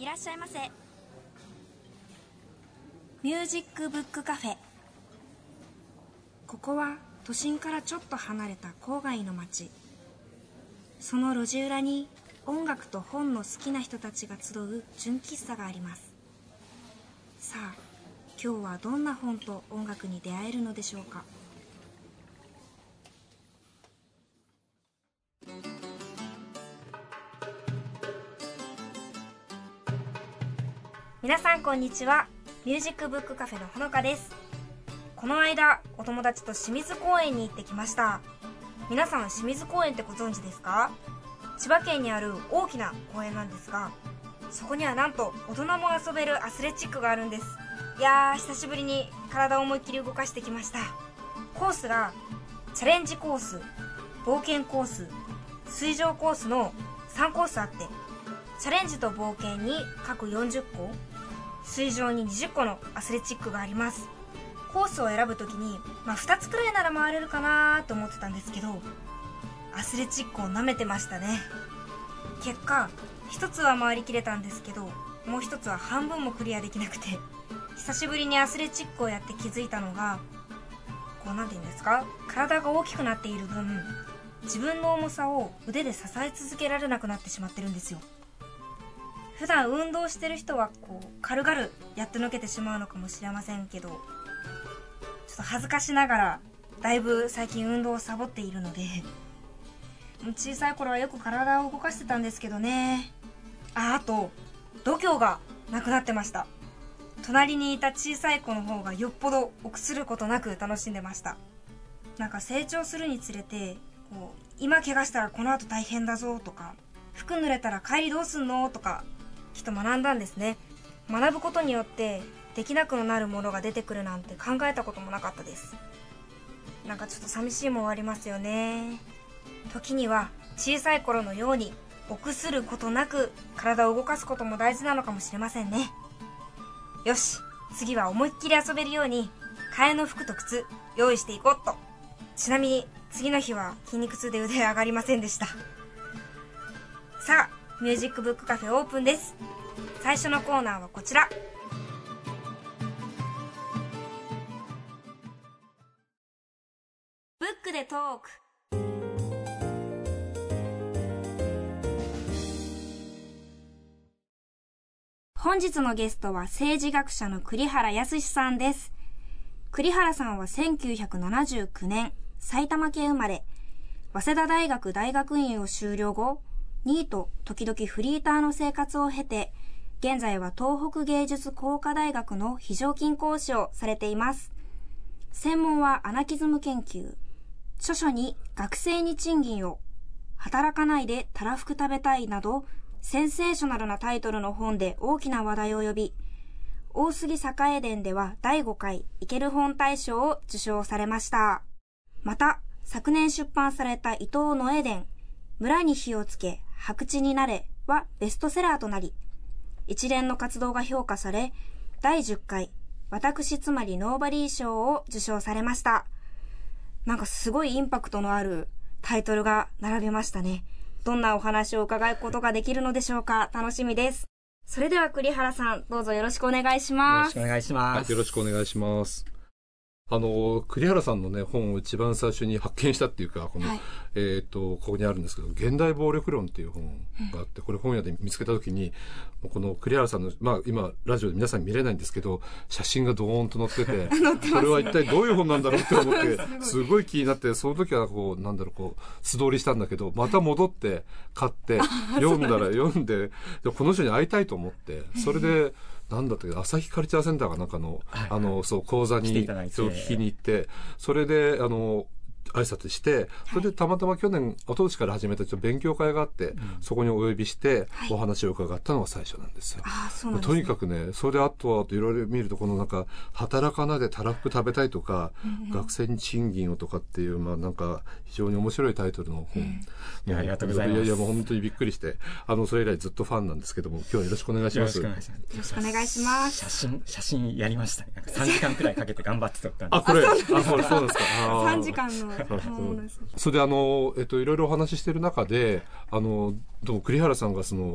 いらっしゃいませ。ミュージックブックカフェ。ここは都心からちょっと離れた郊外の町。その路地裏に音楽と本の好きな人たちが集う純喫茶があります。さあ、今日はどんな本と音楽に出会えるのでしょうか。皆さんこんにちは。ミュージックブックカフェのほのかです。この間お友達と清水公園に行ってきました。皆さん清水公園ってご存知ですか？千葉県にある大きな公園なんですが、そこにはなんと大人も遊べるアスレチックがあるんです。いやー、久しぶりに体を思いっきり動かしてきました。コースがチャレンジコース、冒険コース、水上コースの3コースあって、チャレンジと冒険に各40個、水上に20個のアスレチックがあります。コースを選ぶときに、2つくらいなら回れるかなと思ってたんですけど、アスレチックを舐めてましたね。結果1つは回りきれたんですけど、もう1つは半分もクリアできなくて、久しぶりにアスレチックをやって気づいたのが、なんていうんですか、体が大きくなっている分、自分の重さを腕で支え続けられなくなってしまってるんですよ。普段運動してる人は軽々やってのけてしまうのかもしれませんけど、ちょっと恥ずかしながらだいぶ最近運動をサボっているので、小さい頃はよく体を動かしてたんですけどね。あと度胸がなくなってました。隣にいた小さい子の方がよっぽど臆することなく楽しんでました。なんか成長するにつれて、今怪我したらこの後大変だぞとか、服濡れたら帰りどうすんのとか、きっと学んだんですね。学ぶことによってできなくなるものが出てくるなんて考えたこともなかったです。なんかちょっと寂しいもんありますよね。時には小さい頃のように臆することなく体を動かすことも大事なのかもしれませんね。よし、次は思いっきり遊べるように替えの服と靴用意していこうっと。ちなみに次の日は筋肉痛で腕上がりませんでした。さあ、ミュージックブックカフェオープンです。最初のコーナーはこちら。ブックでトーク。本日のゲストは政治学者の栗原康さんです。栗原さんは1979年埼玉県生まれ、早稲田大学大学院を修了後、ニート時々フリーターの生活を経て、現在は東北芸術工科大学の非常勤講師をされています。専門はアナキズム研究。著書に学生に賃金を、働かないでたらふく食べたいなど、センセーショナルなタイトルの本で大きな話題を呼び、大杉栄伝では第5回イケる本大賞を受賞されました。また、昨年出版された伊藤野枝伝、村に火をつけ白地になれはベストセラーとなり、一連の活動が評価され、第10回私つまりノーバリー賞を受賞されました。なんかすごいインパクトのあるタイトルが並びましたね。どんなお話を伺うことができるのでしょうか。楽しみです。それでは栗原さん、どうぞよろしくお願いします。 よろしくお願いします。 よろしくお願いします。栗原さんのね、本を一番最初に発見したっていうか、ここにあるんですけど、現代暴力論っていう本があって、これ本屋で見つけたときに、この栗原さんの、今、ラジオで皆さん見れないんですけど、写真がドーンと載ってて、それは一体どういう本なんだろうって思って、すごい気になって、その時は素通りしたんだけど、また戻って買って、読んで、この人に会いたいと思って、それで、なんだったっけ、朝日カルチャーセンターかなんかの、講座に聞きに行って、それで、挨拶して、それでたまたま去年、一昨年から始めた勉強会があって、そこにお呼びしてお話を伺ったのが最初なんですよ。 そうなんですね。 とにかくね、それであといろいろ見ると、働かないでたらふく食べたいとか、学生に賃金をとかっていう、非常に面白いタイトルの本。 ありがとうございます。 いや、もう本当にびっくりして、それ以来ずっとファンなんですけども、今日はよろしくお願いします。 よろしくお願いします。 よろしくお願いします。 写真やりましたね。3時間くらいかけて頑張って撮ったんです。 これ、そうですか。 3時間の。 それでいろいろお話ししてる中で、どうも栗原さんが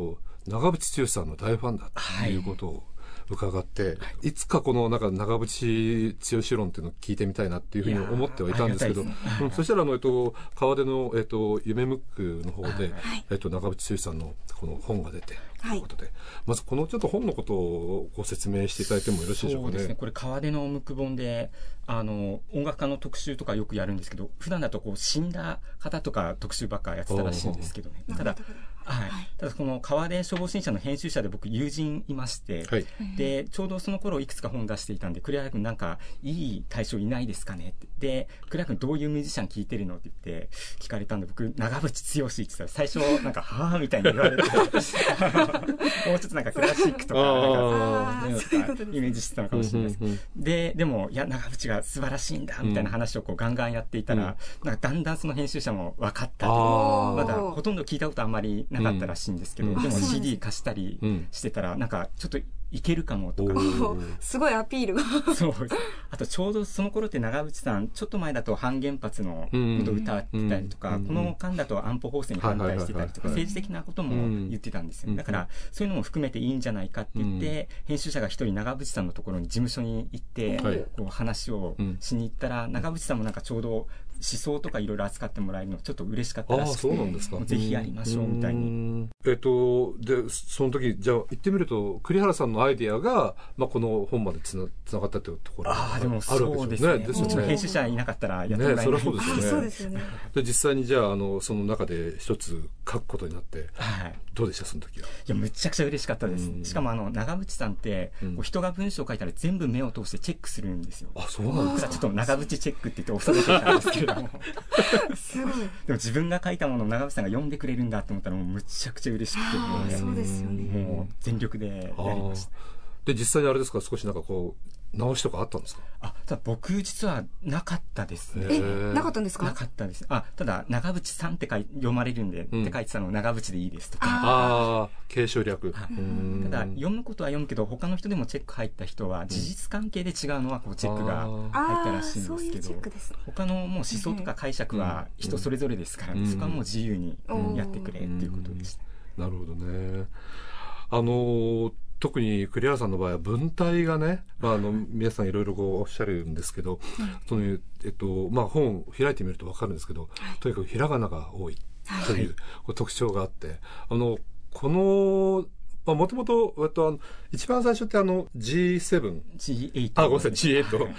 長渕剛さんの大ファンだということを伺って、いつかこのなんか長渕剛論っていうのを聞いてみたいなっていうふうに思ってはいたんですけど、そしたら川出の、夢ムックの方で、長渕剛さんのこの本が出てということで、まずこのちょっと本のことをご説明していただいてもよろしいでしょうかね。 そうですね、これ川出のムック本で音楽家の特集とかよくやるんですけど、普段だとこう死んだ方とか特集ばっかやってたらしいんですけどね。ただこの川出消防新社の編集者で僕友人いまして、でちょうどその頃いくつか本出していたんで、栗原君なんかいい対象いないですかねって、で栗原君どういうミュージシャン聴いてるのって言って聞かれたんで、僕長渕剛って言ってたら最初なんかはぁみたいに言われてもうちょっとなんかクラシックとかイメージしてたのかもしれないです。でもいや長渕が素晴らしいんだみたいな話をこうガンガンやっていたら、なんかだんだんその編集者も分かったと、まだほとんど聞いたことあんまりなかったらしいんですけど、でも CD 貸したりしてたらなんかちょっといけるかもとか、 すごいアピールがそうあとちょうどその頃って長渕さんちょっと前だと反原発のことを歌ってたりとか、この間だと安保法制に反対してたりとか、政治的なことも言ってたんですよ。だからそういうのも含めていいんじゃないかって言って、編集者が一人長渕さんのところに事務所に行ってこう話をしに行ったら、長渕さんもなんかちょうど思想とかいろいろ扱ってもらえるのちょっと嬉しかったらしくて、ぜひやりましょうみたいに。 でその時じゃあ言ってみると栗原さんのアイデアが、この本までつながったというところがあるわけですよね。もちろん編集者いなかったらやってもらえない。 それはそうですよね。で実際にじゃあその中で一つ書くことになって、どうでしたその時は。 いやむちゃくちゃ嬉しかったです。しかも長渕さんって人が文章を書いたら全部目を通してチェックするんですよ。 そうなんですか。 ちょっと長渕チェックって言って恐れていたんですけれどもすごい。でも自分が書いたものを長渕さんが読んでくれるんだと思ったらもうむちゃくちゃ嬉しくて、 そうですよね。 もう全力でやりました。 で実際にあれですか、少しなんかこう直しとかあったんですか。 ただ僕実はなかったですね。 なかったんですか。なかったです。ただ長渕さんって読まれるんで、って書いてたの長渕でいいですとか。 継承略。 ただ読むことは読むけど他の人でもチェック入った人は事実関係で違うのはこうチェックが入ったらしいんですけど、他のもう思想とか解釈は人それぞれですから、そこはもう自由にやってくれっていうことでした。 なるほどね。特に栗原さんの場合は文体がね、皆さんいろいろおっしゃるんですけど、本を開いてみると分かるんですけど、とにかくひらがなが多いという特徴があって、このもともと一番最初ってG7 ごめんなさい G8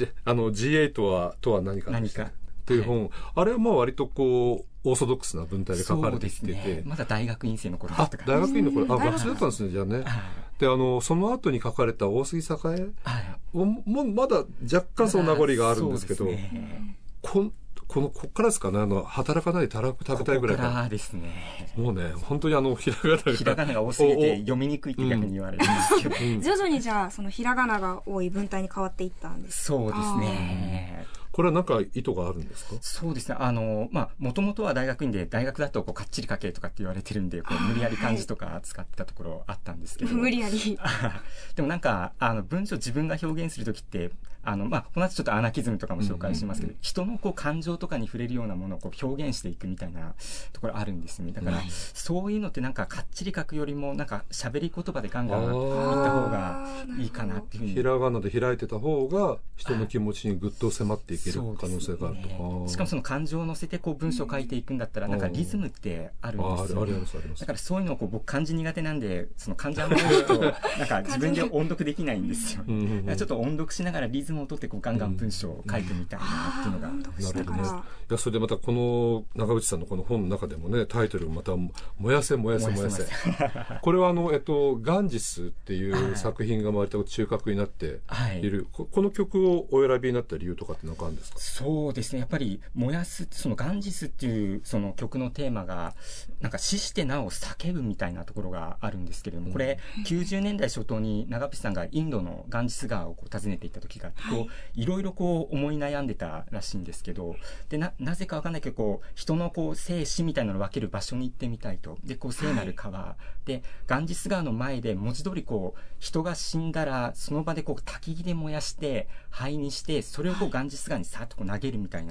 G8 とは何かという本、あれは割とこうオーソドックスな文体で書かれていて、 まだ大学院生の頃だったから。 大学院の頃、学生だったんですね、じゃあね。でその後に書かれた大杉栄もまだ若干その名残があるんですけど、こっからですかね、働かないでたらふ食べたいぐらいここからですね。 もうね、本当にひらがなが多すぎて読みにくいって逆に言われるんですけど、 徐々にじゃあそのひらがなが多い文体に変わっていったんです。 そうですね。 これは何か意図があるんですか。 そうですね。もともとは大学院で、大学だとかっちり書けとかって言われてるんで、無理やり漢字とか使ってたところあったんですけど。 無理やり。 でもなんか、文章自分が表現するときって、この後ちょっとアナキズムとかも紹介しますけど、人の感情とかに触れるようなものを表現していくみたいなところあるんですね。だから、そういうのってなんかかっちり書くよりも、なんか喋り言葉でガンガン言った方がいいかなっていうふうに。 ひらがなで開いてた方が、人の気持ちにぐっと迫っていく可能性があると。 しかもその感情を乗せて文章を書いていくんだったらなんかリズムってあるんですよ。だからそういうのを僕漢字苦手なんで、その漢字あんまり多いとなんか自分で音読できないんですよ。ちょっと音読しながらリズムを取ってガンガン文章を書いてみたいなっていうのが。 なるほどね。いやそれでまたこの長渕さんのこの本の中でもね、タイトルまた燃やせ燃やせ燃やせ。これはガンジスっていう作品が割と中核になっている。この曲をお選びになった理由とかって何かあるんですか。 そうですね。やっぱり燃やすそのガンジスっていうその曲のテーマがなんか死してなお叫ぶみたいなところがあるんですけれども、これ90年代初頭に長渕さんがインドのガンジス川を訪ねていった時があって、いろいろ思い悩んでたらしいんですけど、でなぜかわかんないけど人の生死みたいなのを分ける場所に行ってみたいと。で聖なる川でガンジス川の前で文字通り人が死んだらその場で焚き木で燃やして灰にして、それをガンジス川にさっと投げるみたいな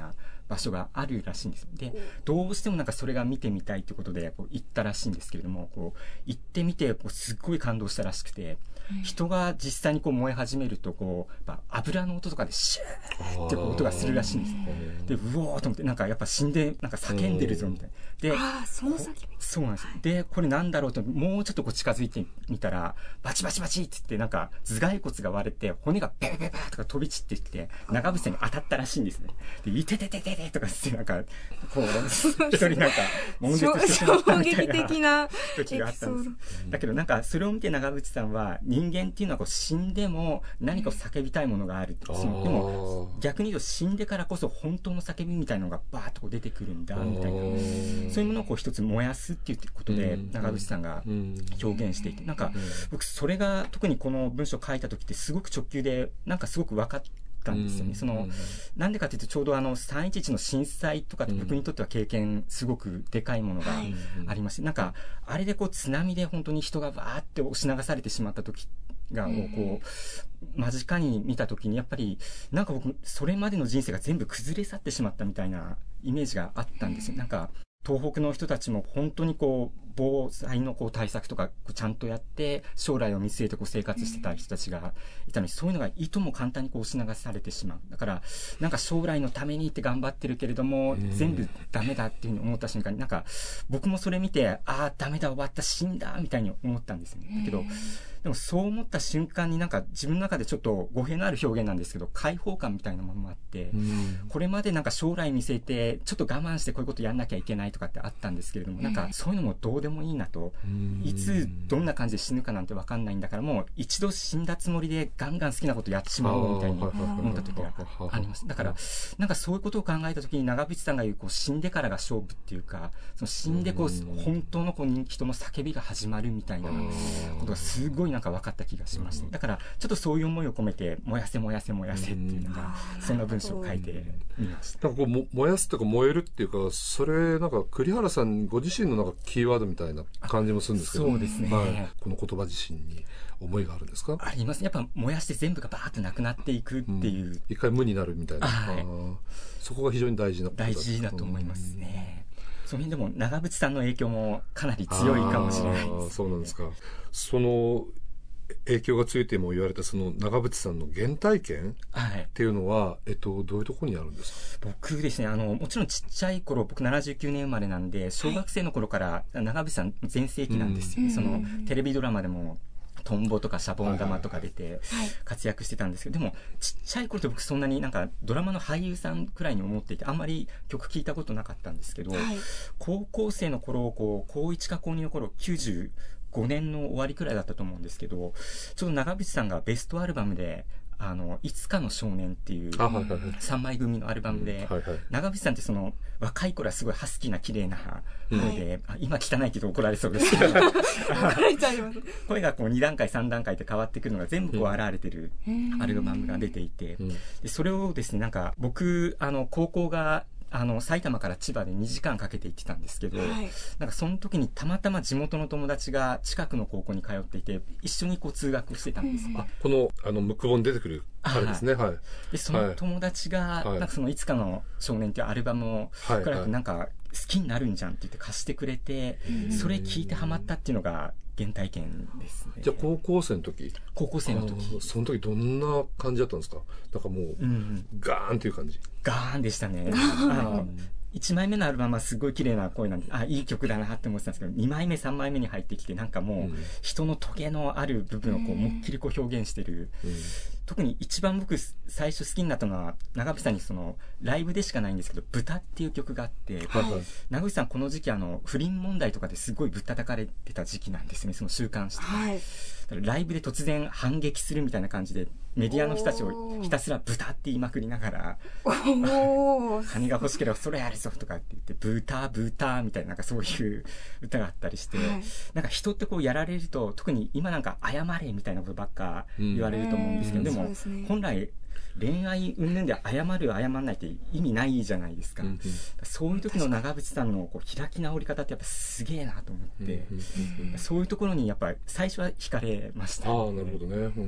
場所があるらしいんです。で、どうしてもなんかそれが見てみたいということでこう行ったらしいんですけれども、こう行ってみてこうすっごい感動したらしくて、人が実際にこう燃え始めるとこうやっぱ油の音とかでシューってこう音がするらしいんです。で、うおーと思って、なんかやっぱ死んでなんか叫んでるぞみたいな。で、 その叫び。 そうなんです。で、これなんだろうともうちょっとこう近づいてみたら、バチバチバチって言ってなんか頭蓋骨が割れて骨がベベベベとか飛び散ってきて長渕さんに当たったらしいんですね。で、いてててててとかってなんかこう一人なんか悶絶してしまったみたいな時があったんです。だけどなんかそれを見て長渕さんは人間っていうのはこう死んでも何かを叫びたいものがある。でも逆に言うと死んでからこそ本当の叫びみたいなのがバーッとこう出てくるんだみたいな、そういうものをこう一つ燃やすっていうことで長渕さんが表現していて、なんか僕それが特にこの文章を書いた時ってすごく直球でなんかすごく分かったんですよね。そのなんでかというとちょうど3.11の震災とかって僕にとっては経験すごくでかいものがありまして、なんかあれでこう津波で本当に人がバーって押し流されてしまった時がこう間近に見た時にやっぱりなんか僕それまでの人生が全部崩れ去ってしまったみたいなイメージがあったんですよ。なんか東北の人たちも本当にこう防災のこう対策とかちゃんとやって将来を見据えてこう生活してた人たちがいたのに、そういうのがいとも簡単にこう押し流されてしまう。だからなんか将来のためにって頑張ってるけれども全部ダメだっていうふうに思った瞬間になんか僕もそれ見てああダメだ終わった死んだみたいに思ったんですよね。だけどでもそう思った瞬間になんか自分の中でちょっと語弊のある表現なんですけど解放感みたいなものもあって、これまでなんか将来見据えてちょっと我慢してこういうことやんなきゃいけないとかってあったんですけれども、なんかそういうのもどうでもいいなと、いつどんな感じで死ぬかなんて分かんないんだからもう一度死んだつもりでガンガン好きなことやってしまおうみたいに思った時があります。だからなんかそういうことを考えた時に長渕さんが言うこう死んでからが勝負っていうか、その死んでこう本当のこう人の叫びが始まるみたいなことがすごいなんか分かった気がしました。だからちょっとそういう思いを込めて燃やせ燃やせ燃やせっていうのがそんな文章を書いてみました。 なんかこう燃やすとか燃えるっていうか、それなんか栗原さんご自身のなんかキーワードみたいな感じもするんですけど、 そうですね、 はい、この言葉自身に思いがあるんですか？ あります。やっぱ燃やして全部がバーッとなくなっていくっていう、 一回無になるみたいな、そこが非常に大事なことだ。 大事だと思いますね。その辺でも長渕さんの影響もかなり強いかもしれないですね。 そうなんですか。その影響が強いとも言われたその長渕さんの原体験っていうのは、どういうところにあるんですか？ 僕ですね、もちろんちっちゃい頃、僕79年生まれなんで小学生の頃から長渕さん全盛期なんですよね。そのテレビドラマでもトンボとかシャボン玉とか出て活躍してたんですけど、でもちっちゃい頃って僕そんなになんかドラマの俳優さんくらいに思っていてあんまり曲聴いたことなかったんですけど、高校生の頃こう高1か高2の頃95年の終わりくらいだったと思うんですけど、ちょうど長渕さんがベストアルバムでいつかの少年っていう3枚組のアルバムで、長渕さんってその若い頃はすごいハスキーな綺麗な声で、今汚いけど怒られそうですけど怒られちゃいます。 声がこう2段階3段階って変わってくるのが全部こう現れてるアルバムが出ていて、でそれをですね、なんか僕高校が埼玉から千葉で2時間かけて行ってたんですけど、なんかその時にたまたま地元の友達が近くの高校に通っていて一緒にこう通学をしてたんです、 このムック本に出てくる彼ですね。 でその友達がなんかそのいつかの少年っていうアルバムをなんか好きになるんじゃんって言って貸してくれて、それ聞いてハマったっていうのが原体験ですね。 じゃあ高校生の時その時どんな感じだったんですか？なんかもう、ガーンっていう感じ？ ガーンでしたね。1枚目のアルバムはすごい綺麗な声なんで、いい曲だなって思ってたんですけど、2枚目3枚目に入ってきてなんかもう人のトゲのある部分をこう思いっきりこう表現してる、特に一番僕最初好きになったのは長渕さんにそのライブでしかないんですけど豚っていう曲があって、長渕さんこの時期不倫問題とかですごいぶったたかれてた時期なんですね。その週刊誌とか、ライブで突然反撃するみたいな感じでメディアの人たちをひたすら豚って言いまくりながら金が欲しければそれやるぞとかって言って豚豚みたいな、なんかそういう歌があったりして、なんか人ってこうやられると特に今なんか謝れみたいなことばっか言われると思うんですけど、でも本来恋愛云々で謝る謝らないって意味ないじゃないですか。そういう時の長渕さんのこう開き直り方ってやっぱすげえなと思って、そういうところにやっぱり最初は惹かれました、 なるほどね。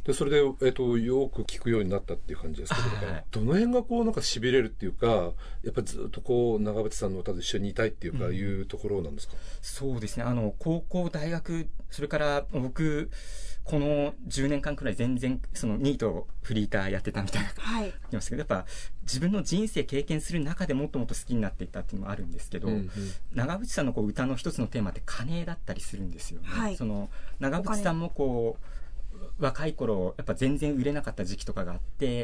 でそれで、よく聞くようになったっていう感じですけど、だからどの辺がこうなんか痺れるっていうか、やっぱりずっとこう長渕さんの歌と一緒にいたいっていうか、いうところなんですか？ そうですね。高校、大学、それから僕、この10年間くらい全然、ニートフリーターやってたみたいな、言いましたけど、やっぱ自分の人生経験する中でもっともっと好きになっていったっていうのもあるんですけど、長渕さんの歌の一つのテーマって金だったりするんですよね。長渕さんも若い頃やっぱ全然売れなかった時期とかがあって、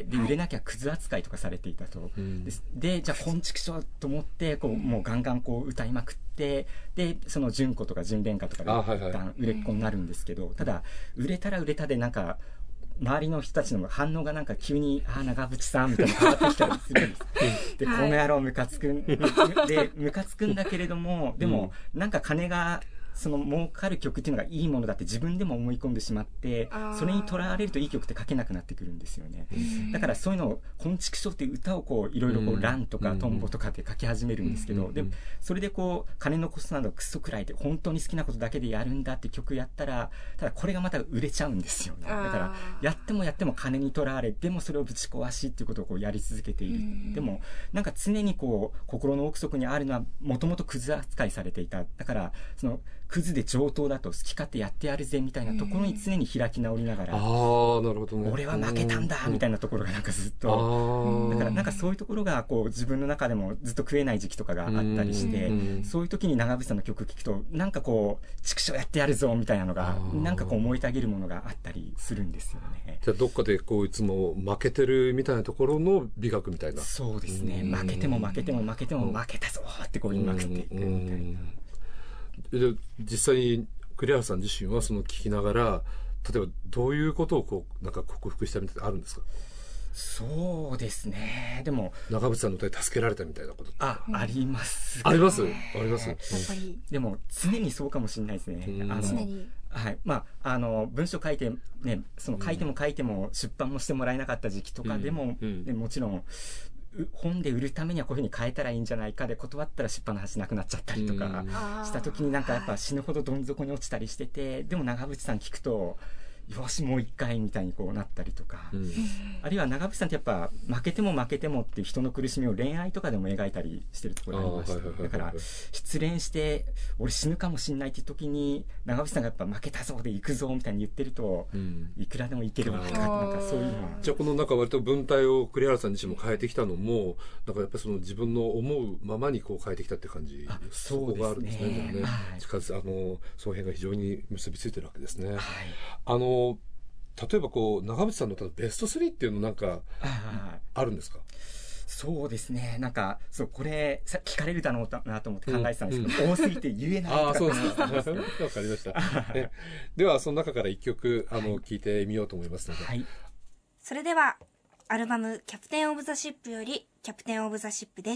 で売れなきゃクズ扱いとかされていたと、でじゃあこんちくしょうと思ってもうガンガン歌いまくって、で純子とか純恋歌とかで一旦売れっ子になるんですけど、ただ売れたら売れたでなんか周りの人たちの反応がなんか急に長渕さんみたいな変わってきたりするんですで、この野郎ムカつくんでムカつくんだけれども、でもなんか金が儲かる曲っていうのがいいものだって自分でも思い込んでしまって、それにとらわれるといい曲って書けなくなってくるんですよね。だからそういうのをこんちくしょうっていう歌をいろいろランとかトンボとかって書き始めるんですけど、でそれで金のコストなどクソくらいで本当に好きなことだけでやるんだって曲やったら、ただこれがまた売れちゃうんですよね。だからやってもやっても金にとらわれ、でもそれをぶち壊しっていうことをやり続けている。でもなんか常に心の奥底にあるのはもともとクズ扱いされていた。だからクズで上等だと好き勝手やってやるぜみたいなところに常に開き直りながら、 なるほどね、 俺は負けたんだみたいなところがなんかずっと、だからなんかそういうところが自分の中でもずっと食えない時期とかがあったりして、そういう時に長渕さんの曲聴くとなんか畜生やってやるぞみたいなのがなんか燃えたぎるものがあったりするんですよね。 じゃあどっかでいつも負けてるみたいなところの美学みたいな。 そうですね。負けても負けても負けても負けたぞって言いまくっていくみたいな。 で実際に栗原さん自身は聞きながら、例えばどういうことをなんか克服したみたいなのあるんですか？ そうですね。でも長渕さんの歌で助けられたみたいなことあります、 ありますあります。 やっぱりでも常にそうかもしれないですね。 常にはい。文章書いてね、書いても書いても出版もしてもらえなかった時期とかでも、もちろん本で売るためにはこういうふうに変えたらいいんじゃないかで断ったら出版の話なくなっちゃったりとかした時になんかやっぱ死ぬほどどん底に落ちたりしてて、でも長渕さん聞くとよしもう一回みたいになったりとか、あるいは長渕さんってやっぱ負けても負けてもっていう人の苦しみを恋愛とかでも描いたりしてるところがありまして、だから失恋して俺死ぬかもしんないっていう時に長渕さんがやっぱ負けたぞで行くぞみたいに言ってると、いくらでもいけるわけか、なんかそういうのは。 じゃあこのなんか割と文体を栗原さん自身も変えてきたのも、なんかやっぱり自分の思うままに変えてきたって感じ、そこがあるんですね。その辺が非常に結びついてるわけですね。例えば長渕さんのベスト3っていうのなんかあるんですか？ そうですね。なんかこれ聞かれるだろうなと思って考えてたんですけど、多すぎて言えないとか。 そうですか。わかりました。ではその中から一曲聞いてみようと思いますので。はい。 それではアルバムキャプテンオブザシップよりキャプテンオブザシップです。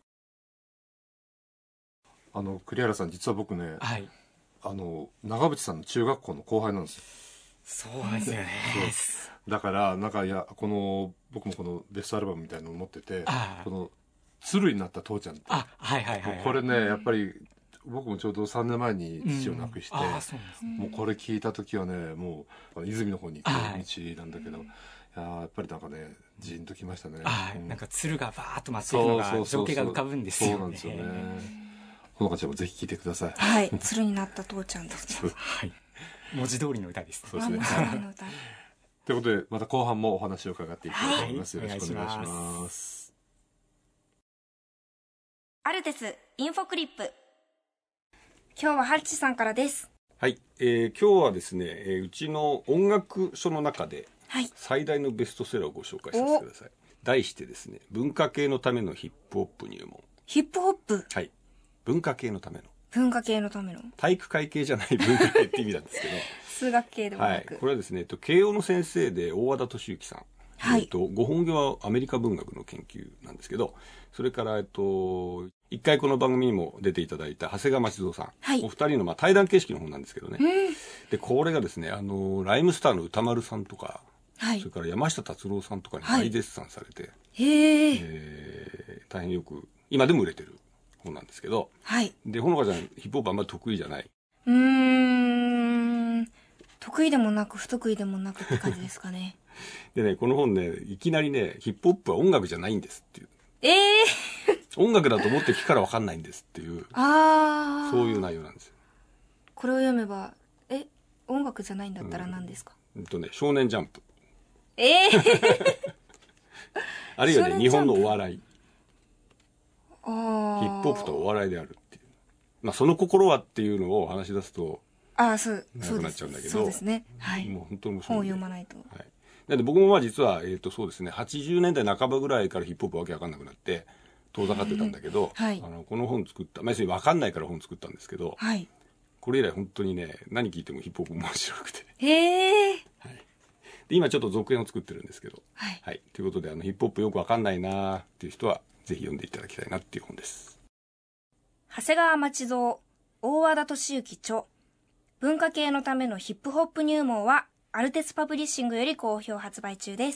栗原さん実は僕ね、長渕さんの中学校の後輩なんですよ。 そうですよね。 だから僕もこのベストアルバムみたいなのを持ってて、この鶴になった父ちゃんって、これねやっぱり僕もちょうど3年前に父を亡くして、もうこれ聞いた時はね、もう泉の方に行く道なんだけど、やっぱりなんかねジーンときましたね。 なんか鶴がバーッと舞ってるのが情景が浮かぶんですよね。 そうなんですよね。ほのかちゃんもぜひ聞いてください。 はい、鶴になった父ちゃんですね。 はい。文字通りの歌です。 そうですね。ということで、また後半もお話を伺っていきたいと思います。よろしくお願いします。 アルテスインフォクリップ。今日はハルチさんからです。 はい、今日はですね、うちの音楽書の中で最大のベストセラーをご紹介させてください。題してですね、文化系のためのヒップホップ入門。 ヒップホップ。 はい。文化系のための。 文化系のための。 体育会系じゃない文化系って意味なんですけど。 数学系でもなく。 はい。これはですね、慶応の先生で大和田敏之さん。はい。ご本業はアメリカ文学の研究なんですけど、それから一回この番組にも出ていただいた長谷川町蔵さん。はい。お二人の対談形式の本なんですけどね。で、これがですね、ライムスターの歌丸さんとか、はい。それから山下達郎さんとかに大絶賛されて、大変よく、今でも売れてる本なんですけど、はい。で、ほのかちゃん、ヒップホップあんまり得意じゃない。 得意でもなく不得意でもなくって感じですかね。 でね、この本ね、いきなりね、ヒップホップは音楽じゃないんですっていう。音楽だと思って聞くから分かんないんですっていう、そういう内容なんですよ。 これを読めば、音楽じゃないんだったら何ですか？ 少年ジャンプ。あるいはね、日本のお笑い。ヒップホップとお笑いであるっていう。まあ、その心はっていうのを話し出すと、 そう長くなっちゃうんだけど。 そうですね。はい。 もう本当に面白い。 本を読まないと。 はい。なんで僕もまあ実は、そうですね、80年代半ばぐらいからヒップホップわけわかんなくなって、遠ざかってたんだけど、 はい、 この本作った、まあ、要するにわかんないから本作ったんですけど、 はい、 これ以来本当にね、何聞いてもヒップホップ面白くて。はい。で、今ちょっと続編を作ってるんですけど、 はい。 はい。ということで、ヒップホップよくわかんないなーっていう人は、ぜひ読んでいただきたいなっていう本です。 長谷川町蔵、大和田敏之著、文化系のためのヒップホップ入門は、アルテスパブリッシングより好評発売中です。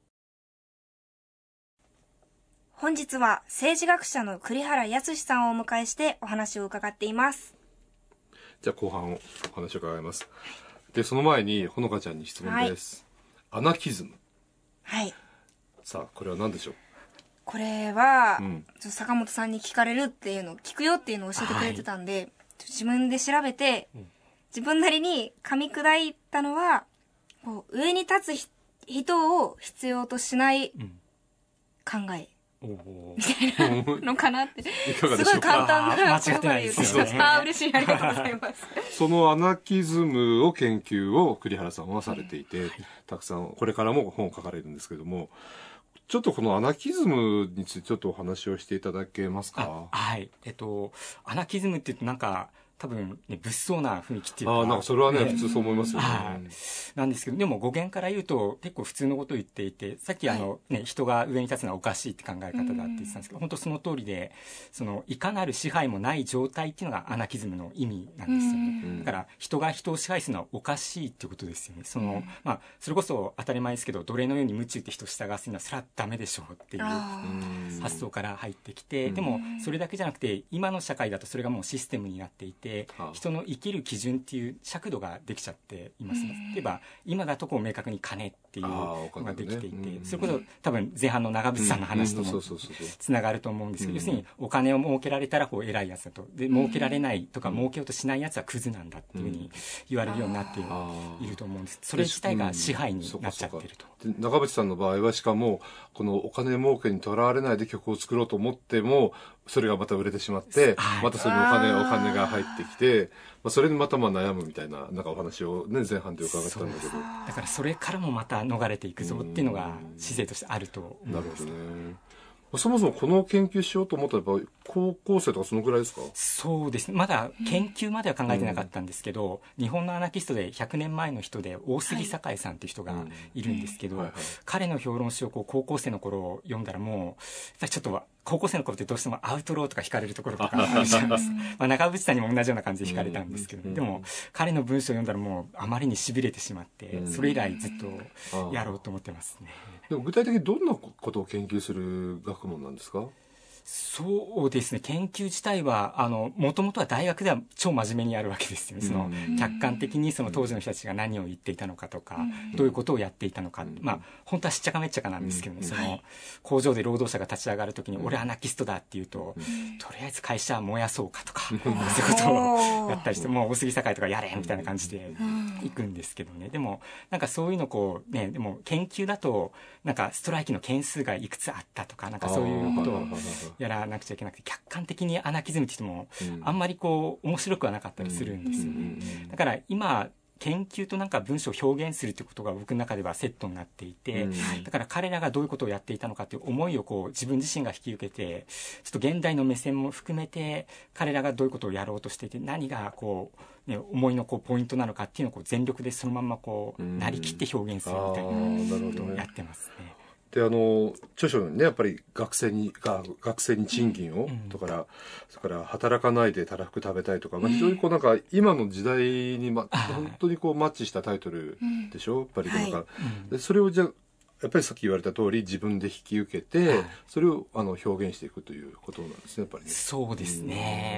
本日は政治学者の栗原康さんをお迎えしてお話を伺っています。 じゃあ後半お話を伺います。で、その前にほのかちゃんに質問です。アナキズム。 はい。 さあ、これは何でしょう？ これは、坂本さんに聞かれるっていうのを聞くよっていうのを教えてくれてたんで、自分で調べて、自分なりに噛み砕いたのは、こう上に立つ人を必要としない考え。みたいなのかなって。すごい簡単な言葉で言ってしまった。嬉しい。ありがとうございます。 そのアナキズムを研究を栗原さんはされていて、たくさんこれからも本を書かれるんですけれども、ちょっとこのアナキズムについてちょっとお話をしていただけますか？ はい。アナキズムって言うとなんか、多分、ね、物騒な雰囲気っていうか。 なんかそれはね、普通そう思いますよね。 なんですけど、でも語源から言うと結構普通のことを言っていて、さっき人が上に立つのはおかしいって考え方だって言ってたんですけど、本当その通りで、いかなる支配もない状態っていうのがアナキズムの意味なんですよね。だから、人が人を支配するのはおかしいっていうことですよね。それこそ当たり前ですけど、奴隷のように夢中って人を従わせるのはそれはダメでしょうっていう発想から入ってきて、でもそれだけじゃなくて、今の社会だとそれがもうシステムになっていて、人の生きる基準っていう尺度ができちゃっていますね。例えば今だとこう明確に金っていうのができていて、それこそ多分前半の長渕さんの話ともつながると思うんですけど、要するにお金を儲けられたらこう偉いやつだと、で儲けられないとか儲けようとしないやつはクズなんだっていうふうに言われるようになっていると思うんです。それ自体が支配になっちゃってると。 長渕さんの場合はしかもこのお金儲けにとらわれないで曲を作ろうと思っても、それがまた売れてしまって、またそれにお金が入ってきて、それにまた悩むみたいな、なんかお話をね、前半で伺ったんだけど。 だからそれからもまた逃れていくぞっていうのが姿勢としてあると思います。 なるほどね。そもそもこの研究しようと思ったら高校生とかそのぐらいですか？ そうですね。まだ研究までは考えてなかったんですけど、日本のアナキストで100年前の人で大杉栄さんっていう人がいるんですけど、彼の評論書を高校生の頃読んだらもうちょっと高校生の頃ってどうしてもアウトローとか惹かれるところとかあるじゃないですか。長渕さんにも同じような感じで惹かれたんですけど、でも彼の文章を読んだらもうあまりに痺れてしまって、それ以来ずっとやろうと思ってますね。 でも具体的にどんなことを研究する学問なんですか？ そうですね。研究自体はもともとは大学では超真面目にやるわけですよね。客観的に当時の人たちが何を言っていたのかとか、どういうことをやっていたのか、本当はしっちゃかめっちゃかなんですけどね、工場で労働者が立ち上がるときに、俺アナキストだって言うと、とりあえず会社は燃やそうかとか、そういうことをやったりして、もう大杉栄とかやれみたいな感じで行くんですけどね。でもなんかそういうのでも研究だとなんかストライキの件数がいくつあったとか、なんかそういうことをやらなくちゃいけなくて、客観的にアナキズムって言ってもあんまり面白くはなかったりするんですよね。だから今研究となんか文章を表現するということが僕の中ではセットになっていて、だから彼らがどういうことをやっていたのかという思いを自分自身が引き受けて、ちょっと現代の目線も含めて彼らがどういうことをやろうとしていて、何が思いのポイントなのかっていうのを全力でそのままなりきって表現するみたいなことをやってますね。 で著書にね、やっぱり学生に賃金を、それから働かないでたらふく食べたいとか、非常になんか今の時代に本当にマッチしたタイトルでしょ、やっぱりなんか、でそれをじゃあやっぱりさっき言われた通り自分で引き受けて、それを表現していくということなんですね、やっぱりね。 そうですね。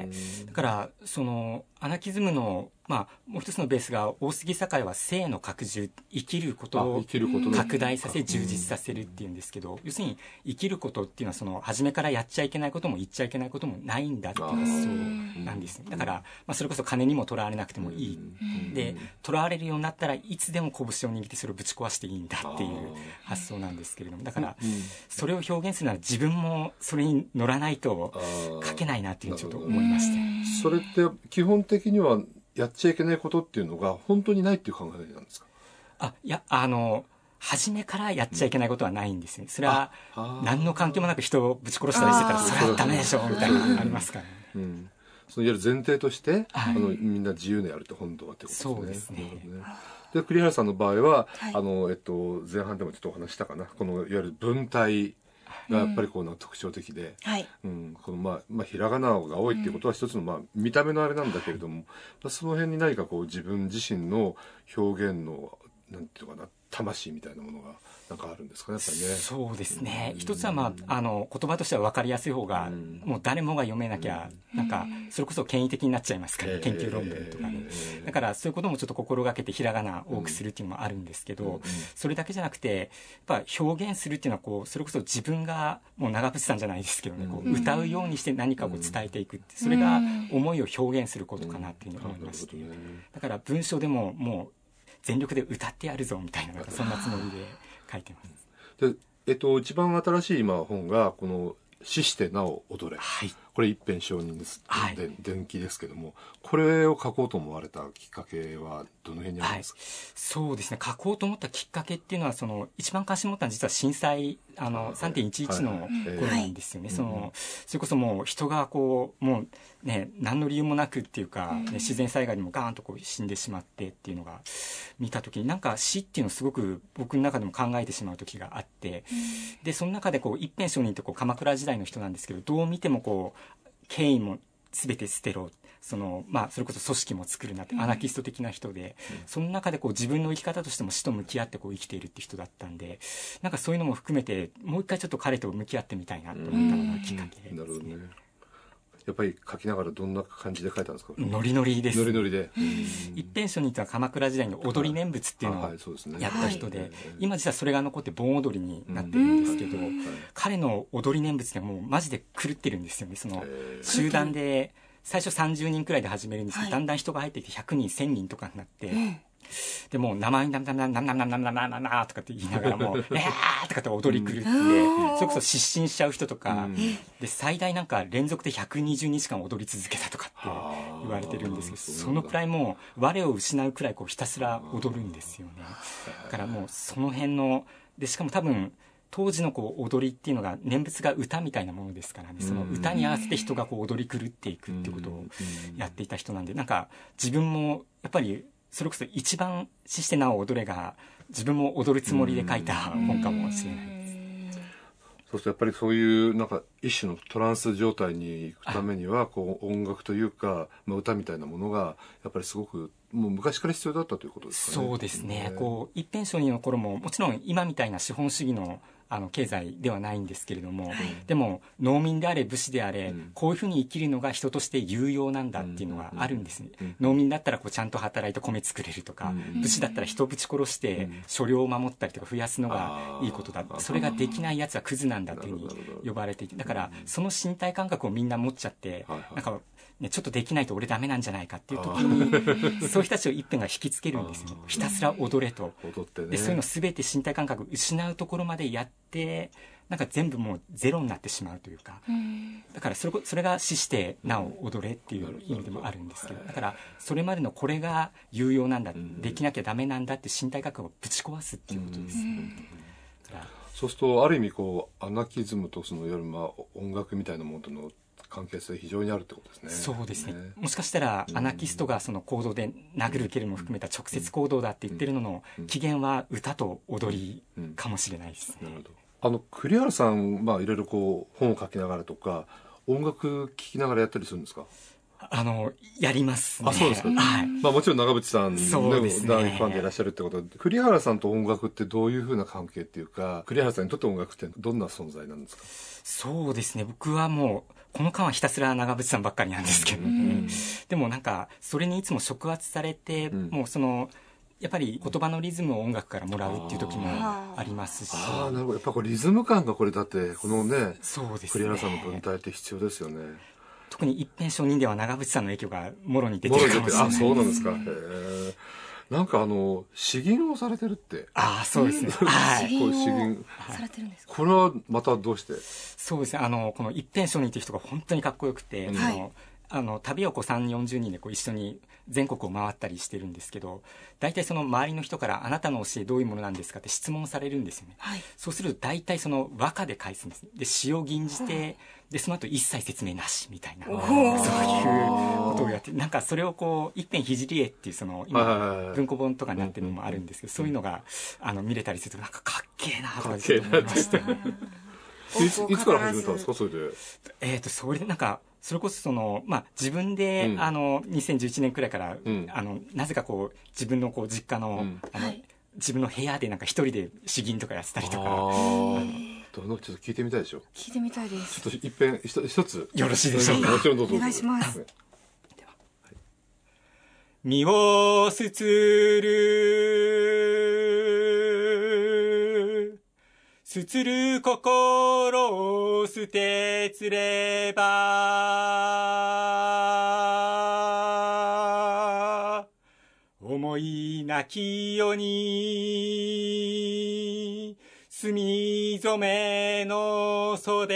だからそのアナキズムの、もう一つのベースが大杉栄は生の拡充、生きることを拡大させ充実させるっていうんですけど、要するに生きることっていうのはその初めからやっちゃいけないことも言っちゃいけないこともないんだっていう発想なんです。だから、それこそ金にもとらわれなくてもいい、でとらわれるようになったらいつでも拳を握ってそれをぶち壊していいんだっていう発想なんですけれども、だからそれを表現するなら自分もそれに乗らないと書けないなっていうちょっと思いまして、 それって基本的にはやっちゃいけないことっていうのが本当にないっていう考えなんですか？ いや、初めからやっちゃいけないことはないんですね。それは何の関係もなく人をぶち殺したりしてたらそれはダメでしょみたいなのがありますからね。 そのいわゆる前提として、みんな自由でやるって本当はってことですね。 そうですね。 で栗原さんの場合は、前半でもちょっとお話したかな、このいわゆる文体がやっぱりこう特徴的で、このひらがなが多いっていうことは一つの見た目のあれなんだけれども、その辺に何かこう自分自身の表現のなんていうのかな、魂みたいなものがなんかあるんですかね、やっぱりね。 そうですね。一つは言葉としては分かりやすい方が、もう誰もが読めなきゃ、なんかそれこそ権威的になっちゃいますから、研究論文とかね。だからそういうこともちょっと心がけてひらがな多くするっていうのもあるんですけど、それだけじゃなくてやっぱ表現するっていうのはこうそれこそ自分がもう長渕さんじゃないですけどね、こう歌うようにして何かを伝えていくって、それが思いを表現することかなっていうふうに思いまして、だから文章でももう全力で歌ってやるぞみたいな、なんかそんなつもりで書いてます。 で、一番新しい今本がこの死してなお踊れ、これ一編承認です、伝記ですけども、これを書こうと思われたきっかけはどの辺にあるんですか？ そうですね、書こうと思ったきっかけっていうのは、その一番関心持ったのは実は震災3.11 の頃なんですよね。それこそもう人がこうもうね、何の理由もなくっていうか、自然災害にもガーンとこう死んでしまってっていうのが見た時に、なんか死っていうのをすごく僕の中でも考えてしまう時があって、でその中でこう一辺承認ってこう鎌倉時代の人なんですけど、どう見てもこう権威も全て捨てろ、それこそ組織も作るなってアナキスト的な人で、その中でこう自分の生き方としても死と向き合ってこう生きているって人だったんで、なんかそういうのも含めてもう一回ちょっと彼と向き合ってみたいなと思ったのがきっかけですね。なるほどね。 やっぱり書きながらどんな感じで書いたんですか？ ノリノリです。 ノリノリで。 一辺承認とは鎌倉時代の踊り念仏っていうのをやった人で、今実はそれが残って盆踊りになってるんですけど、彼の踊り念仏ってもうマジで狂ってるんですよね。その集団で最初30人くらいで始めるんですけど、だんだん人が入ってきて100人1000人とかになって、でもう名前なとかって言いながらもとかって踊り狂って、それこそ失神しちゃう人とかで、最大なんか連続で120日間踊り続けたとかって言われてるんですけど、そのくらいもう我を失うくらいこうひたすら踊るんですよね。だからもうその辺ので、しかも多分当時のこう踊りっていうのが念仏が歌みたいなものですからね、その歌に合わせて人がこう踊り狂っていくっていうことをやっていた人なんで、なんか自分もやっぱりそれこそ一番死してなお踊れが自分も踊るつもりで書いた本かもしれないです。 そうするとやっぱりそういうなんか一種のトランス状態に行くためにはこう音楽というか、歌みたいなものがやっぱりすごくもう昔から必要だったということですかね。 そうですね。こう一辺承認の頃ももちろん今みたいな資本主義の経済ではないんですけれども、でも農民であれ武士であれ、こういうふうに生きるのが人として有用なんだっていうのがあるんですね。農民だったらこうちゃんと働いて米作れるとか、武士だったら人をぶち殺して所領を守ったりとか増やすのがいいことだ、それができないやつはクズなんだというふうに呼ばれていて、だからその身体感覚をみんな持っちゃって、なんかね、ちょっとできないと俺ダメなんじゃないかっていう時にそういう人たちを一辺が引きつけるんですよ。ひたすら踊れと。でそういうの全て身体感覚失うところまでやって、なんか全部もうゼロになってしまうというか、だからそれが死してなお踊れっていう意味でもあるんですけど、だからそれまでのこれが有用なんだ、できなきゃダメなんだって身体感覚をぶち壊すっていうことです。 そうするとある意味こうアナキズムとそのいわゆる音楽みたいなものとの関係性非常にあるってことですね。 そうですね。もしかしたらアナキストがその行動で殴る蹴るも含めた直接行動だって言ってるのの起源は歌と踊りかもしれないですね。 なるほど。栗原さん、いろいろこう本を書きながらとか音楽聴きながらやったりするんですか？ やりますね。 あ、そうですか。 はい。 まあもちろん長渕さんそうですね大ファンでいらっしゃるってことで、栗原さんと音楽ってどういうふうな関係っていうか、栗原さんにとって音楽ってどんな存在なんですか？ そうですね。僕はもう、この間はひたすら長渕さんばっかりなんですけど、でもなんか、それにいつも触発されて、もうやっぱり言葉のリズムを音楽からもらうっていう時もありますし。 ああ、なるほど。やっぱこれリズム感がこれだって、このね、 そうですね。 栗原さんの文体って必要ですよね。 特に一辺承認では長渕さんの影響がもろに出てるかもしれない。 あ、そうなんですか。へえ。なんか詩吟をされてるって。 ああ、そうですね。はい。 詩吟をされてるんですか？ これはまたどうして？ そうですね。この一辺承認という人が本当にかっこよくて、旅を3、40人で一緒に全国を回ったりしてるんですけど、大体周りの人からあなたの教えどういうものなんですかって質問されるんですよね。はい、そうすると大体和歌で返すんです。で、詩を吟じて、で、その後一切説明なしみたいな、そういうことをやって、なんかそれを一辺聖絵っていう今、文庫本とかになってるのもあるんですけど、そういうのが、見れたりするとなんかかっけえなとか思いました。 いつから始めたんですか、それで。 それでなんか、それこそ自分で、2011年くらいから、なぜか自分の実家の、自分の部屋でなんか一人で詩吟とかやってたりとか。 ちょっと聞いてみたいでしょ。 聞いてみたいです。 ちょっと一遍、一つ。 よろしいでしょうか。 もちろんどうぞ。 お願いします。 身をすつる心を捨てつれば、思いなき世に墨染めの袖。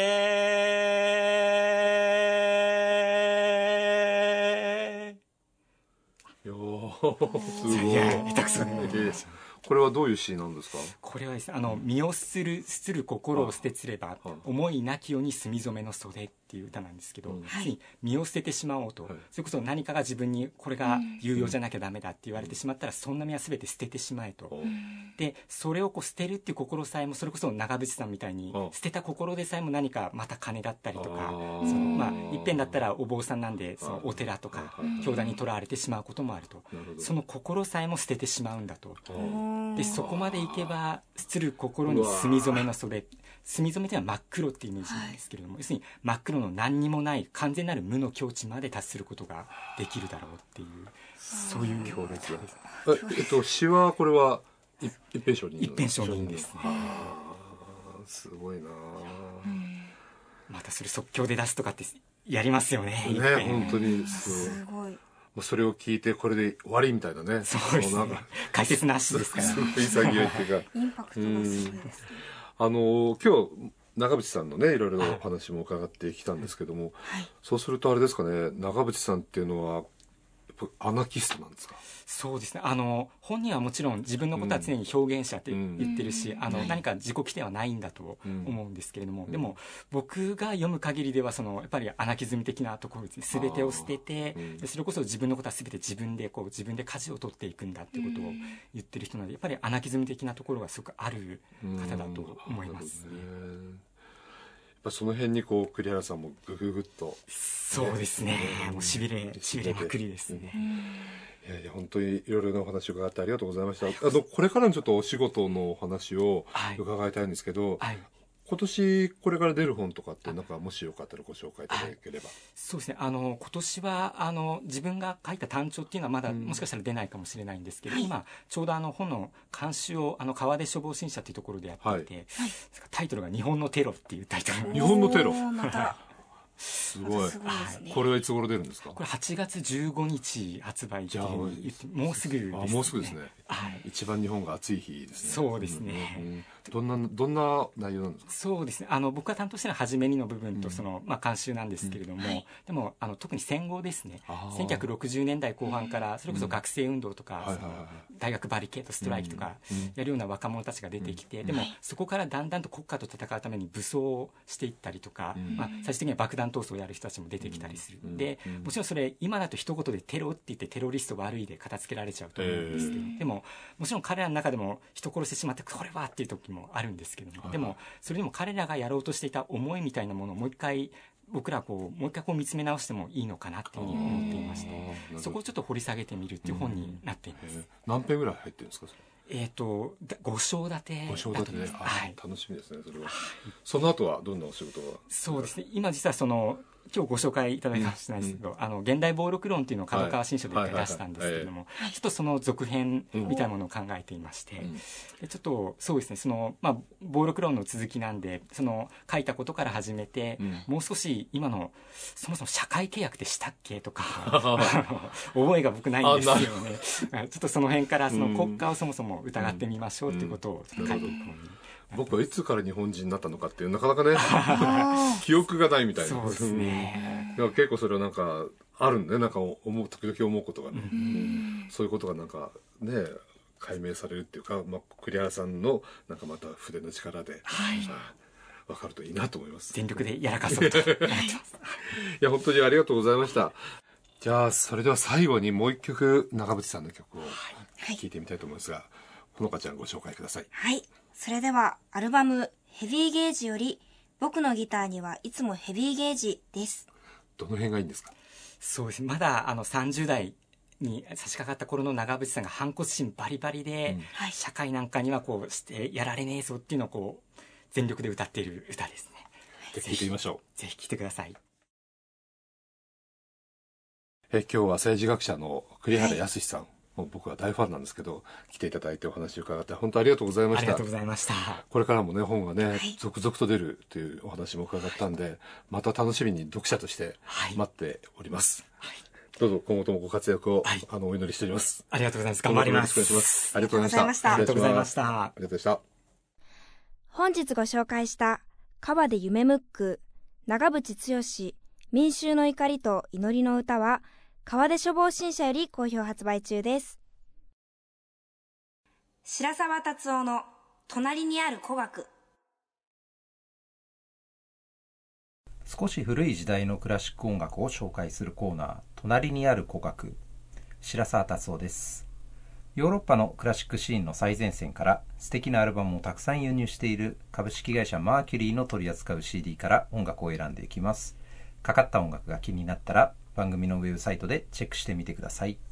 すごい。 下手くそね。 これはどういう詩なんですか？ これはですね、身をする心を捨てつれば、思いなきように墨染めの袖っていう歌なんですけど、身を捨ててしまおうと、それこそ何かが自分にこれが有用じゃなきゃダメだって言われてしまったら、そんな身は全て捨ててしまえと。で、それを捨てるっていう心さえも、それこそ長渕さんみたいに、捨てた心でさえも何かまた金だったりとか、一辺だったらお坊さんなんで、お寺とか、教団にとらわれてしまうこともあると。その心さえも捨ててしまうんだと。で、そこまでいけば、捨る心に墨染めの袖。墨染めというのは真っ黒っていうイメージなんですけれども、要するに真っ黒の何にもない完全なる無の境地まで達することができるだろうっていう、そういう強烈です。 詩はこれは一辺承認。 一辺承認ですね。 すごいな。 またそれ即興で出すとかってやりますよね。 ね、本当にすごい。 それを聞いてこれで終わりみたいなね。 そうですね。解説なしですから。 すごい潔いっていうか。 インパクトがすごいですね。 今日長渕さんのねいろいろお話も伺ってきたんですけども、そうするとあれですかね、長渕さんっていうのはアナキストなんですか？ そうですね。本人はもちろん自分のことは常に表現者って言ってるし、何か自己規定はないんだと思うんですけれども、でも僕が読む限りではやっぱりアナキズム的なところですね。全てを捨てて、それこそ自分のことは全て自分で舵を取っていくんだっていうことを言ってる人なので、やっぱりアナキズム的なところがすごくある方だと思いますね。 その辺に栗原さんもグググッと、 そうですね。もうしびれまくりですね。 いや本当にいろいろなお話を伺ってありがとうございました。これからのちょっとお仕事のお話を伺いたいんですけど、今年これから出る本とかってなんかもしよかったらご紹介いただければ。 そうですね。今年は自分が書いた短調っていうのはまだもしかしたら出ないかもしれないんですけど、今ちょうど本の監修を川出書房新社っていうところでやっていて、タイトルが日本のテロっていうタイトル。 日本のテロ。 すごい。これはいつ頃出るんですか？ これ8月15日発売ってもうすぐですね。 もうすぐですね。一番日本が暑い日ですね。 そうですね。 どんな内容なんですか？ そうですね。僕が担当しているのは初めにの部分と監修なんですけれども、でも特に戦後ですね。1960年代後半からそれこそ学生運動とか大学バリケードストライキとかやるような若者たちが出てきて、でもそこからだんだんと国家と戦うために武装をしていったりとか、最終的には爆弾闘争をやる人たちも出てきたりする。で、もちろんそれ今だと一言でテロって言ってテロリスト悪いで片付けられちゃうと思うんですけど、でももちろん彼らの中でも人殺してしまってこれはっていう時もあるんですけども、でもそれでも彼らがやろうとしていた思いみたいなものをもう一回僕らもう一回見つめ直してもいいのかなっていうふうに思っていまして、そこをちょっと掘り下げてみるっていう本になっています。 何編ぐらい入ってるんですか？ 5章立てだと思います。 はい、楽しみですねそれは。その後はどんなお仕事が？ そうですね、今実は今日ご紹介いただいたかもしれないですけど、現代暴力論っていうのを角川新書で出したんですけれども、ちょっとその続編みたいなものを考えていまして、でちょっとそうですね、暴力論の続きなんで、書いたことから始めて、もう少し今のそもそも社会契約ってしたっけとか覚えが僕ないんですよね。ちょっとその辺から国家をそもそも疑ってみましょうっていうことをちょっと書いていくのに。 僕はいつから日本人になったのかっていうなかなかね記憶がないみたいな。 そうですね。 結構それはなんかあるんで、なんか時々思うことがね、そういうことがなんかね解明されるっていうか、栗原さんのなんかまた筆の力で、分かるといいなと思います。 全力でやらかそうと思ってます。 いや本当にありがとうございました。じゃあそれでは最後にもう一曲長渕さんの曲を聴いてみたいと思いますが、ほのかちゃんご紹介ください。 はい。それではアルバムヘビーゲージより僕のギターにはいつもヘビーゲージです。 どの辺がいいんですか？ そうですね、まだ30代に差し掛かった頃の長渕さんが反骨心バリバリで、社会なんかにはしてやられねえぞっていうのを全力で歌っている歌ですね。 じゃあ聴いてみましょう。ぜひ聴いてください。 今日は政治学者の栗原康さん、もう僕は大ファンなんですけど来ていただいてお話を伺って本当ありがとうございました。 ありがとうございました。 これからもね本がね、続々と出るというお話も伺ったんで、また楽しみに読者として待っております。どうぞ今後ともご活躍を、お祈りしております。 ありがとうございます。頑張ります。 よろしくお願いします。ありがとうございました。 ありがとうございました。 ありがとうございました。 本日ご紹介した川で夢ムック長渕剛民衆の怒りと祈りの歌は川出書房新社より好評発売中です。白沢達夫の隣にある古学。 少し古い時代のクラシック音楽を紹介するコーナー、隣にある古学。白沢達夫です。ヨーロッパのクラシックシーンの最前線から素敵なアルバムをたくさん輸入している株式会社マーキュリーの取り扱う CD から音楽を選んでいきます。かかった音楽が気になったら番組のウェブサイトでチェックしてみてください。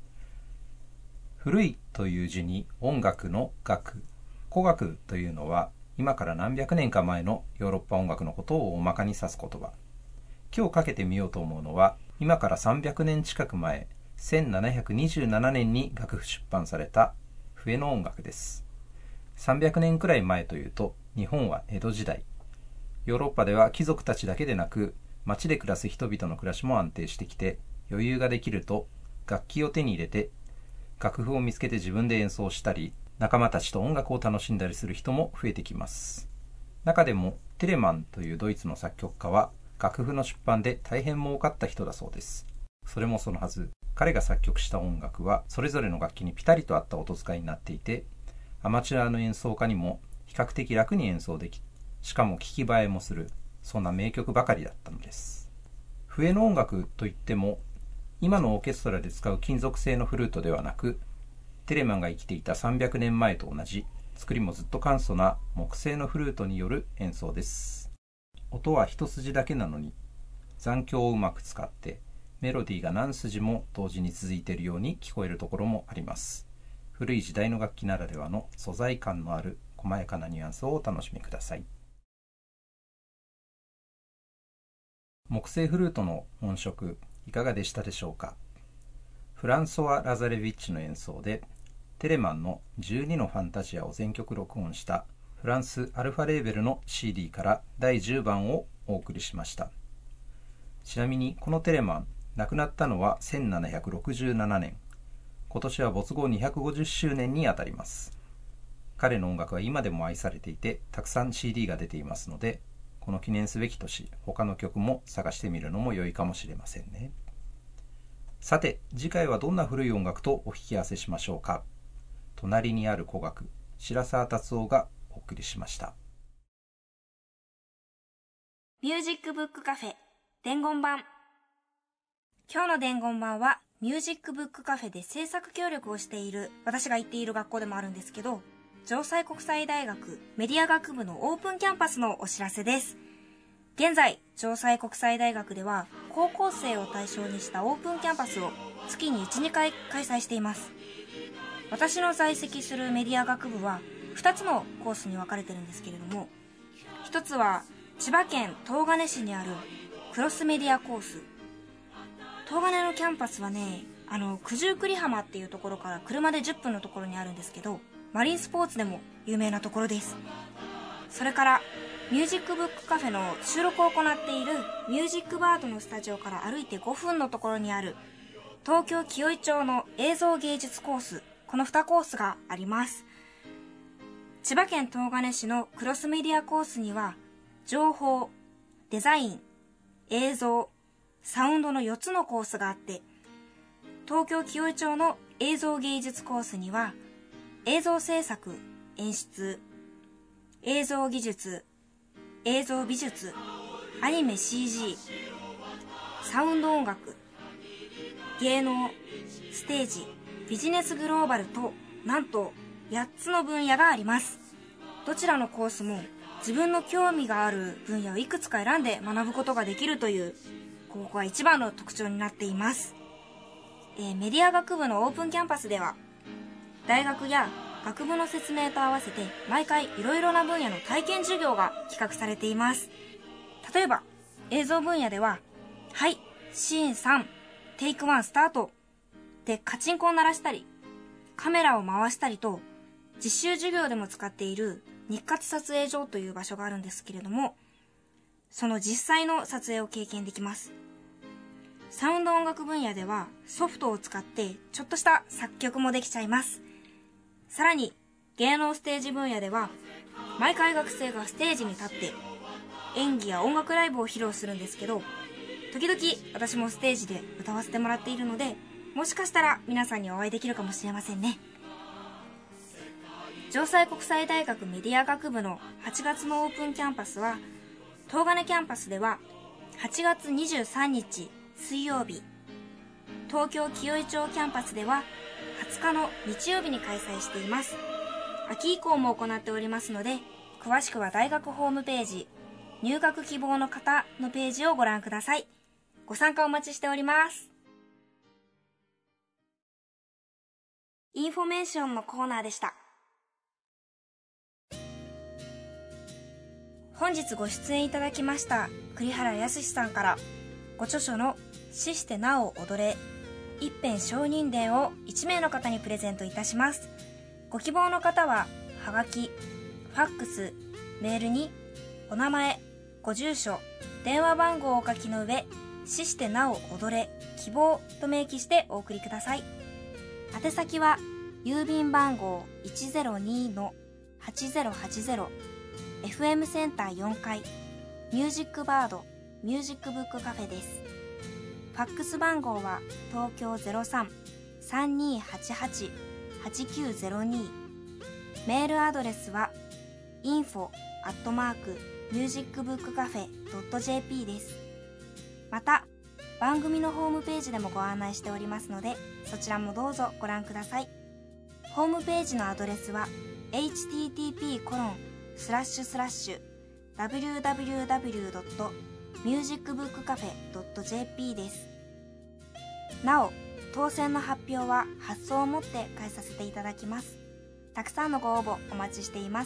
古いという字に音楽の楽、古楽というのは今から何百年か前のヨーロッパ音楽のことを大まかに指す言葉。今日かけてみようと思うのは今から300年近く前、1727年に楽譜出版された笛の音楽です。300年くらい前というと日本は江戸時代。ヨーロッパでは貴族たちだけでなく町で暮らす人々の暮らしも安定してきて、余裕ができると楽器を手に入れて楽譜を見つけて自分で演奏したり、仲間たちと音楽を楽しんだりする人も増えてきます。中でもテレマンというドイツの作曲家は楽譜の出版で大変儲かった人だそうです。それもそのはず、彼が作曲した音楽はそれぞれの楽器にピタリと合った音使いになっていて、アマチュアの演奏家にも比較的楽に演奏でき、しかも聞き映えもする、そんな名曲ばかりだったのです。笛の音楽といっても今のオーケストラで使う金属製のフルートではなく、テレマンが生きていた300年前と同じ、作りもずっと簡素な木製のフルートによる演奏です。音は一筋だけなのに残響をうまく使ってメロディーが何筋も同時に続いているように聞こえるところもあります。古い時代の楽器ならではの素材感のある細やかなニュアンスをお楽しみください。木製フルートの音色いかがでしたでしょうか。フランソワ・ラザレビッチの演奏でテレマンの12のファンタジアを全曲録音したフランスアルファレーベルの CD から第10番をお送りしました。ちなみにこのテレマン、亡くなったのは1767年。今年は没後250周年にあたります。彼の音楽は今でも愛されていて、たくさん CD が出ていますので、この記念すべき年、他の曲も探してみるのも良いかもしれませんね。さて、次回はどんな古い音楽とお引き合わせしましょうか。隣にある古楽、白沢達夫がお送りしました。 ミュージックブックカフェ伝言版。今日の伝言版はミュージックブックカフェで制作協力をしている、私が行っている学校でもあるんですけど、城西国際大学メディア学部のオープンキャンパスのお知らせです。 現在、城西国際大学では高校生を対象にしたオープンキャンパスを月に 1,2 回開催しています。私の在籍するメディア学部は2つのコースに分かれてるんですけれども、1つは千葉県東金市にあるクロスメディアコース。東金のキャンパスはね、九十九里浜っていうところから車で10分のところにあるんですけど、マリンスポーツでも有名なところです。それからミュージックブックカフェの収録を行っているミュージックバードのスタジオから歩いて5分のところにある東京紀尾井町の映像芸術コース、この2コースがあります。千葉県東金市のクロスメディアコースには情報、デザイン、映像、サウンドの4つのコースがあって、東京紀尾井町の映像芸術コースには映像制作、演出、映像技術、映像美術、アニメ CG、サウンド音楽、芸能、ステージ、ビジネスグローバルと、なんと8つの分野があります。どちらのコースも自分の興味がある分野をいくつか選んで学ぶことができるという、ここが一番の特徴になっています。メディア学部のオープンキャンパスでは、大学や学部の説明と合わせて毎回いろいろな分野の体験授業が企画されています。例えば映像分野では、はい、シーン3、テイク1スタートでカチンコを鳴らしたり、カメラを回したりと、実習授業でも使っている日活撮影所という場所があるんですけれども、その実際の撮影を経験できます。サウンド音楽分野ではソフトを使ってちょっとした作曲もできちゃいます。さらに芸能ステージ分野では、毎回学生がステージに立って演技や音楽ライブを披露するんですけど、時々私もステージで歌わせてもらっているので、もしかしたら皆さんにお会いできるかもしれませんね。城西国際大学メディア学部の8月のオープンキャンパスは、東金キャンパスでは8月23日水曜日、東京紀尾井町キャンパスでは20日の日曜日に開催しています。秋以降も行っておりますので、詳しくは大学ホームページ、入学希望の方のページをご覧ください。ご参加お待ちしております。インフォメーションのコーナーでした。本日ご出演いただきました栗原康さんから、ご著書の死してなお踊れ一編承認伝を1名の方にプレゼントいたします。ご希望の方ははがき、ファックス、メールにお名前、ご住所、電話番号をお書きの上、死してなお踊れ希望と明記してお送りください。宛先は郵便番号 102-8080 FM センター4階ミュージックバードミュージックブックカフェです。ファックス番号は東京 03-3288-8902。 メールアドレスは info@musicbookcafe.jp です。また番組のホームページでもご案内しておりますので、そちらもどうぞご覧ください。ホームページのアドレスは http://www.musicbookcafe.jp です。なお、当選の発表は発送をもって返させていただきます。たくさんのご応募お待ちしています。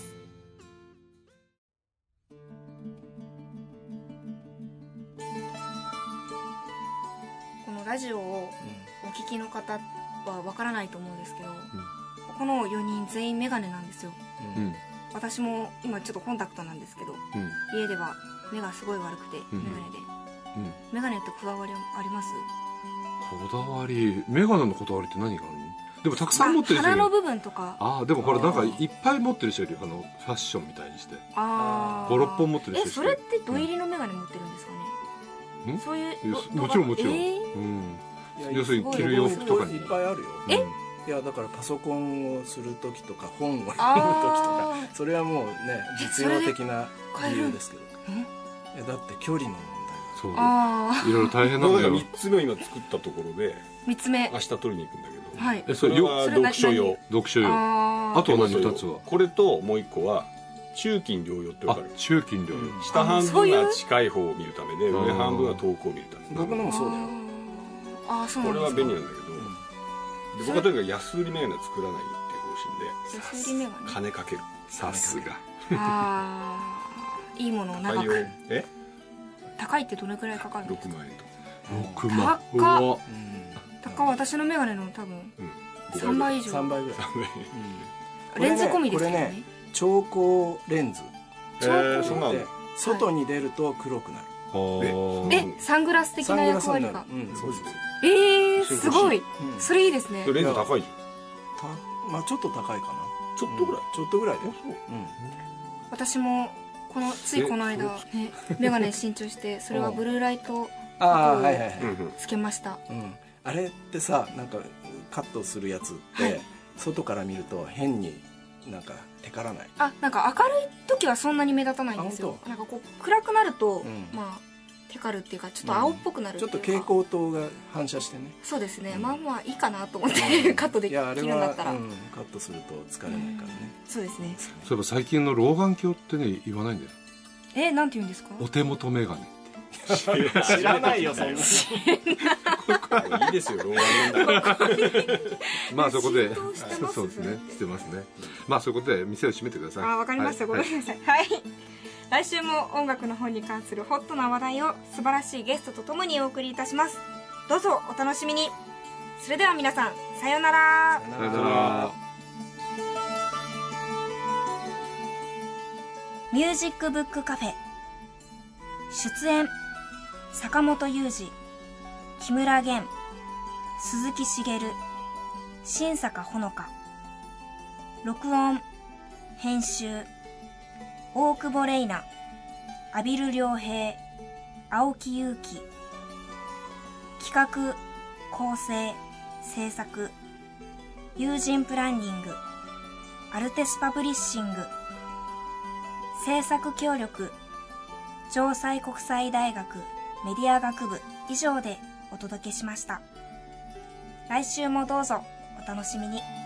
このラジオをお聞きの方はわからないと思うんですけど、この4人全員メガネなんですよ。私も今ちょっとコンタクトなんですけど、家では目がすごい悪くてメガネで、メガネってこだわりあります？ こだわり、メガネのこだわりって何があるの？でもたくさん持ってる人いる。 鼻の部分とか。 でもこれなんかいっぱい持ってる人いるよ。ファッションみたいにして。5、6本持ってる人いる。 それって土入りのメガネ持ってるんですかね？そういう。 もちろんもちろん。要するに着る洋服とかに。 いっぱいあるよ。いやだからパソコンをする時とか本を読む時とか、それはもうね実用的な理由ですけど。だって距離の問題が。そう。いろいろ大変なんだよ。 3つ目を今作ったところで。 3つ目。 明日取りに行くんだけど。 はい。 それは読書用。 読書用。あと何2つは？ これともう1個は中近両用ってわかる？ 中近両用。 下半分が近い方を見るためで、上半分は遠くを見るため。 僕のもそうだよ。 ああ、そうなこれんですか。 は便利なんだけど、で僕はとにかく安売りメガネは作らないっていう方針で、 安売りメガネ。 金かける。さすが。 ああ、いいものを長対応く。高いってどれくらいかかるんですか？ 6万円と。 6万。 高っ。 う高っ。私のメガネの多分3倍以上。 3倍ぐらい。 レンズ込みですよね。 これね、調光レンズ。 そうなんだ。 外に出ると黒くなる。 サングラス的な役割が。 そうです。 すごい。それいいですね。 レンズ高いじゃん。 まあちょっと高いかな。 ちょっとぐらい。 ちょっとぐらいで。 私もついこの間ねメガネ新調して、それはブルーライトつけました。 あれってさ、なんかカットするやつって外から見ると変になんかテカらない？ なんか明るい時はそんなに目立たないんですよ。なんかこう暗くなるとまあテカるっていうか、ちょっと青っぽくなるっていうか、 ちょっと蛍光灯が反射してね。 そうですね。まあまあいいかなと思ってカットできるんだったら。 いや、あれはカットすると疲れないからね。 そうですね。 そういえば最近の老眼鏡ってね、言わないんだよ。 なんて言うんですか？ お手元メガネ。 知らないよ、そんな。いいですよ、老眼なんだ。 まあそこで、そうですね、してますね。まあそういうことで店を閉めてください。 わかりました。ごめんなさい。はい。来週も音楽の本に関するホットな話題を素晴らしいゲストとともにお送りいたします。どうぞお楽しみに。それでは皆さん、さようなら。 さようなら。 ミュージックブックカフェ。出演坂本雄二、木村玄、鈴木茂、新坂ほのか。録音編集大久保玲奈、阿比留良平、青木祐希。企画構成制作友人プランニングアルテスパブリッシング。制作協力城西国際大学メディア学部以上でお届けしました。来週もどうぞお楽しみに。